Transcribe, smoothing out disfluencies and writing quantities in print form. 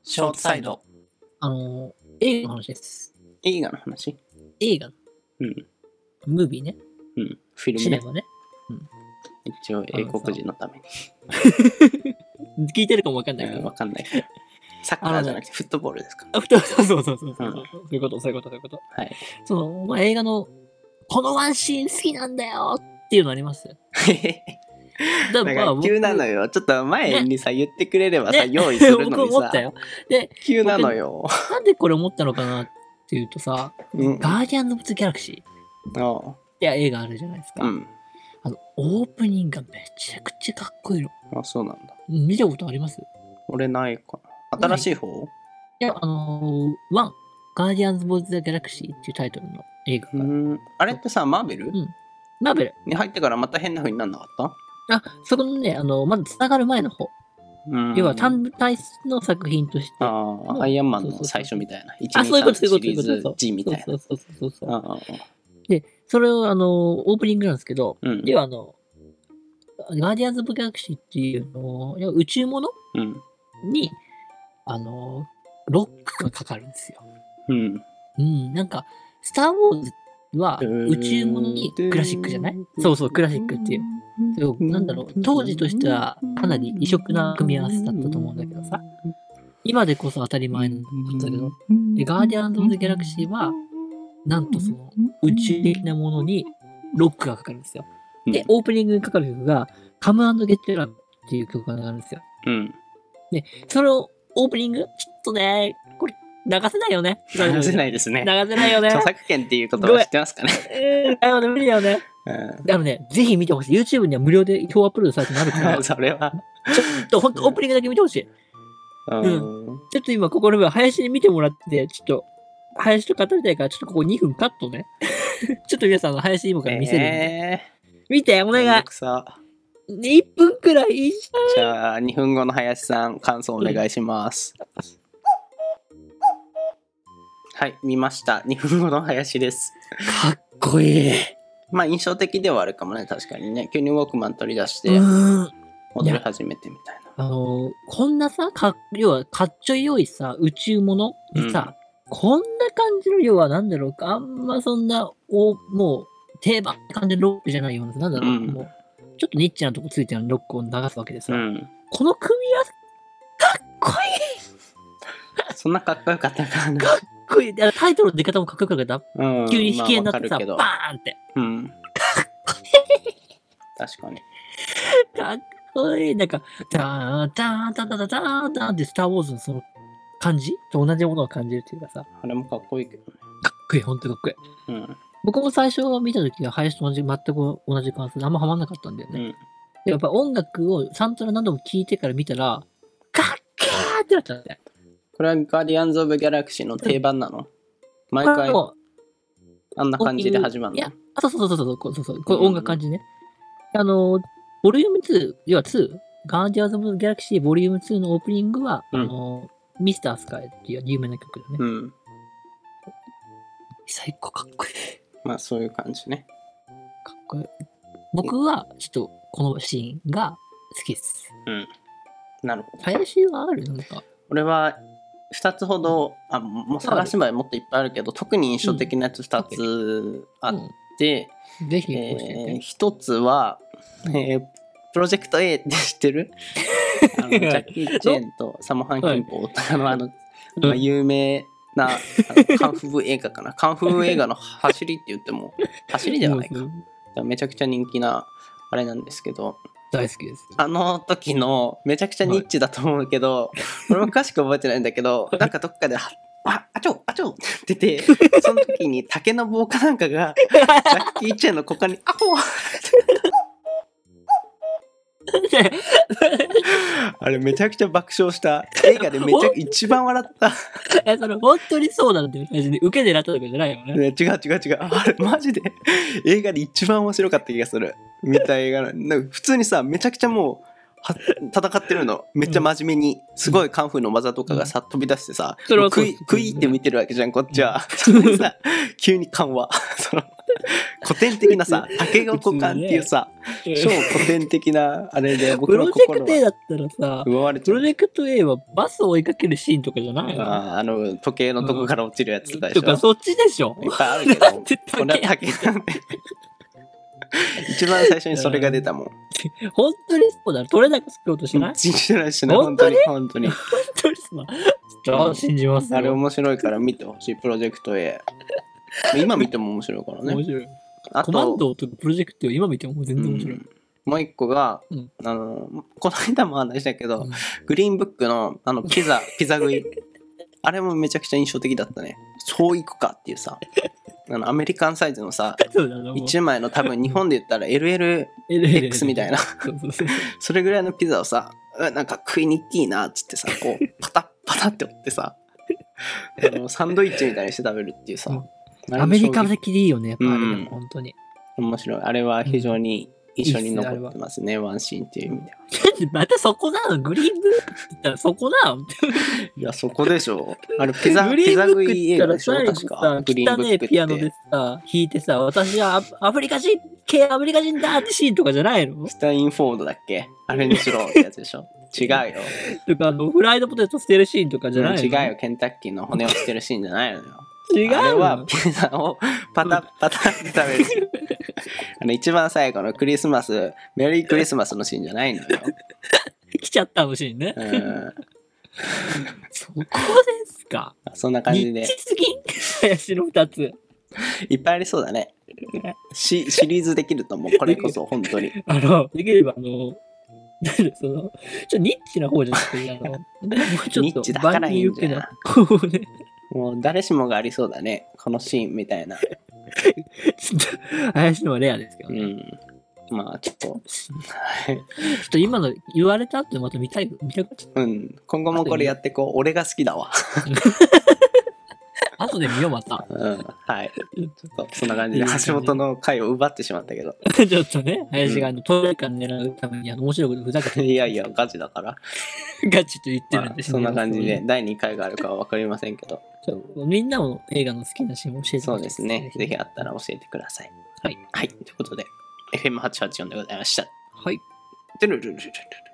ショートサイド。 映画の話です。 映画の話？ 映画。 うん。 ムービーね。 うん。フィルムね。 シネマね。 うん。一応英国人のために。 聞いてるかもわかんないけど。 わかんないけど。サッカーじゃなくてフットボールですか？ そうそう。そういうこと。 はい。 映画のこのワンシーン好きなんだよっていうのあります？ だから急なのよ。ちょっと前にさ、言ってくれればさ、用意するのにさ。 僕思ったよ。で、 急なのよ。 なんでこれ思ったのかなっていうとさ、ガーディアンズ・オブ・ザ・ギャラクシーって映画あるじゃないですか。オープニングがめちゃくちゃかっこいいの。 あ、そうなんだ。 見たことあります？ 俺ないかな。新しい方？ いや、ワン、ガーディアンズ・オブ・ザ・ギャラクシーっていうタイトルの映画が。 あれってさ、マーベル？ うん。マーベルに入ってからまた変な風になんなかった？ そこのね、まず繋がる前の方。要は単体の作品として。 アイアンマンの最初みたいな。 そういうこと、 シリーズ G みたいな。 そう。で、それをオープニングなんですけど、ではガーディアンズ・オブ・ギャラクシーっていうの宇宙物に、ロックがかかるんですよ。なんか、スター・ウォーズは宇宙物にクラシックじゃない？そう、クラシックっていう。なんだろう、当時としてはかなり異色な組み合わせだったと思うんだけどさ。今でこそ当たり前なんだけど、でガーディアンズ・オブ・ザ・ギャラクシーは、なんとその宇宙的なものにロックがかかるんですよ。で、オープニングにかかる曲が、カム&ゲット・ラブっていう曲が流れるんですよ。で、そのオープニング、ちょっとね、これ、流せないよね。 流せないですね。 流せないよね。 著作権っていうことは知ってますかね。 無理だよね。ぜひ見てほしい。YouTube には無料で違法アップロードされてなるから。 それは。 ちょっと、ほんとオープニングだけ見てほしい。ちょっと今、ここの部林に見てもらって、ちょっと、林と語りたいから、ちょっとここ2分カットね。ちょっと皆さんの林今から見せるんで。見て、お願い。1分くらいいいじゃあ、2分後の林さん、感想お願いします。はい、見ました。2分後の林です。 かっこいい。 まあ、印象的ではあるかもね、確かにね。急にウォークマン取り出して、踊り始めてみたいな。 こんなさ、要は、かっちょよいさ、宇宙物にさ、こんな感じの、要はなんだろうか、あんまそんな、もう、定番って感じのロックじゃないような、なんだろう、もう、ちょっとニッチなとこついてるロックを流すわけでさ、この組み合わせ、かっこいい。 そんなかっこよかったかな。 かっこいい。タイトルの出方もかっこよかった。急に引き絵になってさ、バーンって。かっこいい。 確かに。 かっこいい。なんか、ダーン、ダーン、ダーン、ダーン、ダーン、ダーンってスター・ウォーズのその感じと同じものを感じるっていうかさ。 あれもかっこいいけどね。 かっこいい、ほんとかっこいい。僕も最初見たときは林と全く同じ感想であんまハマんなかったんだよね。やっぱ音楽をサントラ何度も聴いてから見たら、かっけーってなっちゃって。 これはガーディアンズ・オブ・ギャラクシーの定番なの？毎回あんな感じで始まるの？ いや、そう、これ音楽感じね。ボリューム2、要は2、ガーディアンズ・オブ・ギャラクシーボリューム2のオープニングは、ミスター・スカイっていう有名な曲だね。最高かっこいい。 まあそういう感じね。 かっこいい。僕はちょっとこのシーンが好きです。 なるほど。 林はある？なんか。 俺は2つほど、もう探せばもっといっぱいあるけど、特に印象的なやつ2つあって、 ぜひ 1つは、プロジェクト A って知ってる？ジャッキー・チェーンとサモハン・キンポー有名なカンフー映画かな。カンフー映画の走りって言っても走りではないか。めちゃくちゃ人気なあれなんですけど、 大好きです。 あの時のめちゃくちゃニッチだと思うけど、俺も詳しく覚えてないんだけど、なんかどっかであちょって言って、その時に竹の棒かなんかがジャッキー・チェーンの股間にあれめちゃくちゃ爆笑した映画で一番笑ったそれ本当にそうなんだよ。受け狙ったとかじゃないよね。 違うあれマジで映画で一番面白かった気がする。見た映画なんか普通にさ、めちゃくちゃもう戦ってるのめっちゃ真面目に、すごいカンフーの技とかがさ飛び出してさ、クイって見てるわけじゃんこっちは。それでさ急に緩和古典的なさ、竹が股間っていうさ、超古典的なあれで僕の心はプロジェクト A だったらさ、 奪われちゃう。 プロジェクト A はバスを追いかけるシーンとかじゃないの？ 時計のとこから落ちるやつとかでしょ。 とかそっちでしょ。 いっぱいあるけど、これは竹なんで。一番最初にそれが出たもん。 本当にそうだ。取れなく作ろうとしない？ してないしね、本当に。 本当にじゃあ信じますよ。 あれ面白いから見てほしい、プロジェクト A。今見ても面白いからね。 面白い。あとコマンドとプロジェクト A 今見ても全然面白い。 もう一個が、この間も話したけど、グリーンブックのピザ食い。あれもめちゃくちゃ印象的だったね。そういくかっていうさ。アメリカンサイズのさ、1枚の多分日本で言ったら LLX みたいなそれぐらいのピザをさ、なんか食いに行っていいなっつってさ、こうパタッパタって折ってさサンドイッチみたいにして食べるっていうさ、 アメリカ的でいいよね、やっぱあれでも本当に面白い。あれは非常に一緒に残ってますね、ワンシーンっていう意味では。 またそこなの？グリーンブックって言ったらそこなの？ いや、そこでしょ。あれピザ食い映画でしょ、確か。 グリーンブックって汚ねえピアノでさ、弾いてさ、私はアフリカ人系アメリカ人だってシーンとかじゃないの？ スタインフォードだっけ？あれにしろってやつでしょ。違うよ。 とかフライドポテト捨てるシーンとかじゃないの？ 違うよ、ケンタッキーの骨を捨てるシーンじゃないのよ。 違うの？ あれはピザをパタッパタッって食べるシーン。一番最後のクリスマス、メリークリスマスのシーンじゃないのよ。 来ちゃったのシーンね。そこですか。 そんな感じで。 ニッチすぎん林の2つ。 いっぱいありそうだね。シリーズできると思う。これこそ本当に。 できればそのニッチな方じゃなくてもうちょっとニッチだからいいんじゃん。 こうね。 もう誰しもがありそうだね。このシーンみたいな。ちょっと林のはレアですけどね。 まあちょっと。 ちょっと今の言われたってまた見たくなっちゃった。 今後もこれやってこう。俺が好きだわ。 後で見ようまた。 はい。ちょっとそんな感じで橋本の回を奪ってしまったけど。 ちょっとね、林がトイレ感狙うために面白いことふざけて。 いやいや、ガチだから。 ガチと言ってるんです、 そんな感じで第2回があるかは分かりませんけど。 みんなも映画の好きなシーンを教えてください。 そうですね。ぜひあったら教えてください。はい。はい。ということで、FM884 でございました。 はい。 てるるるるるる。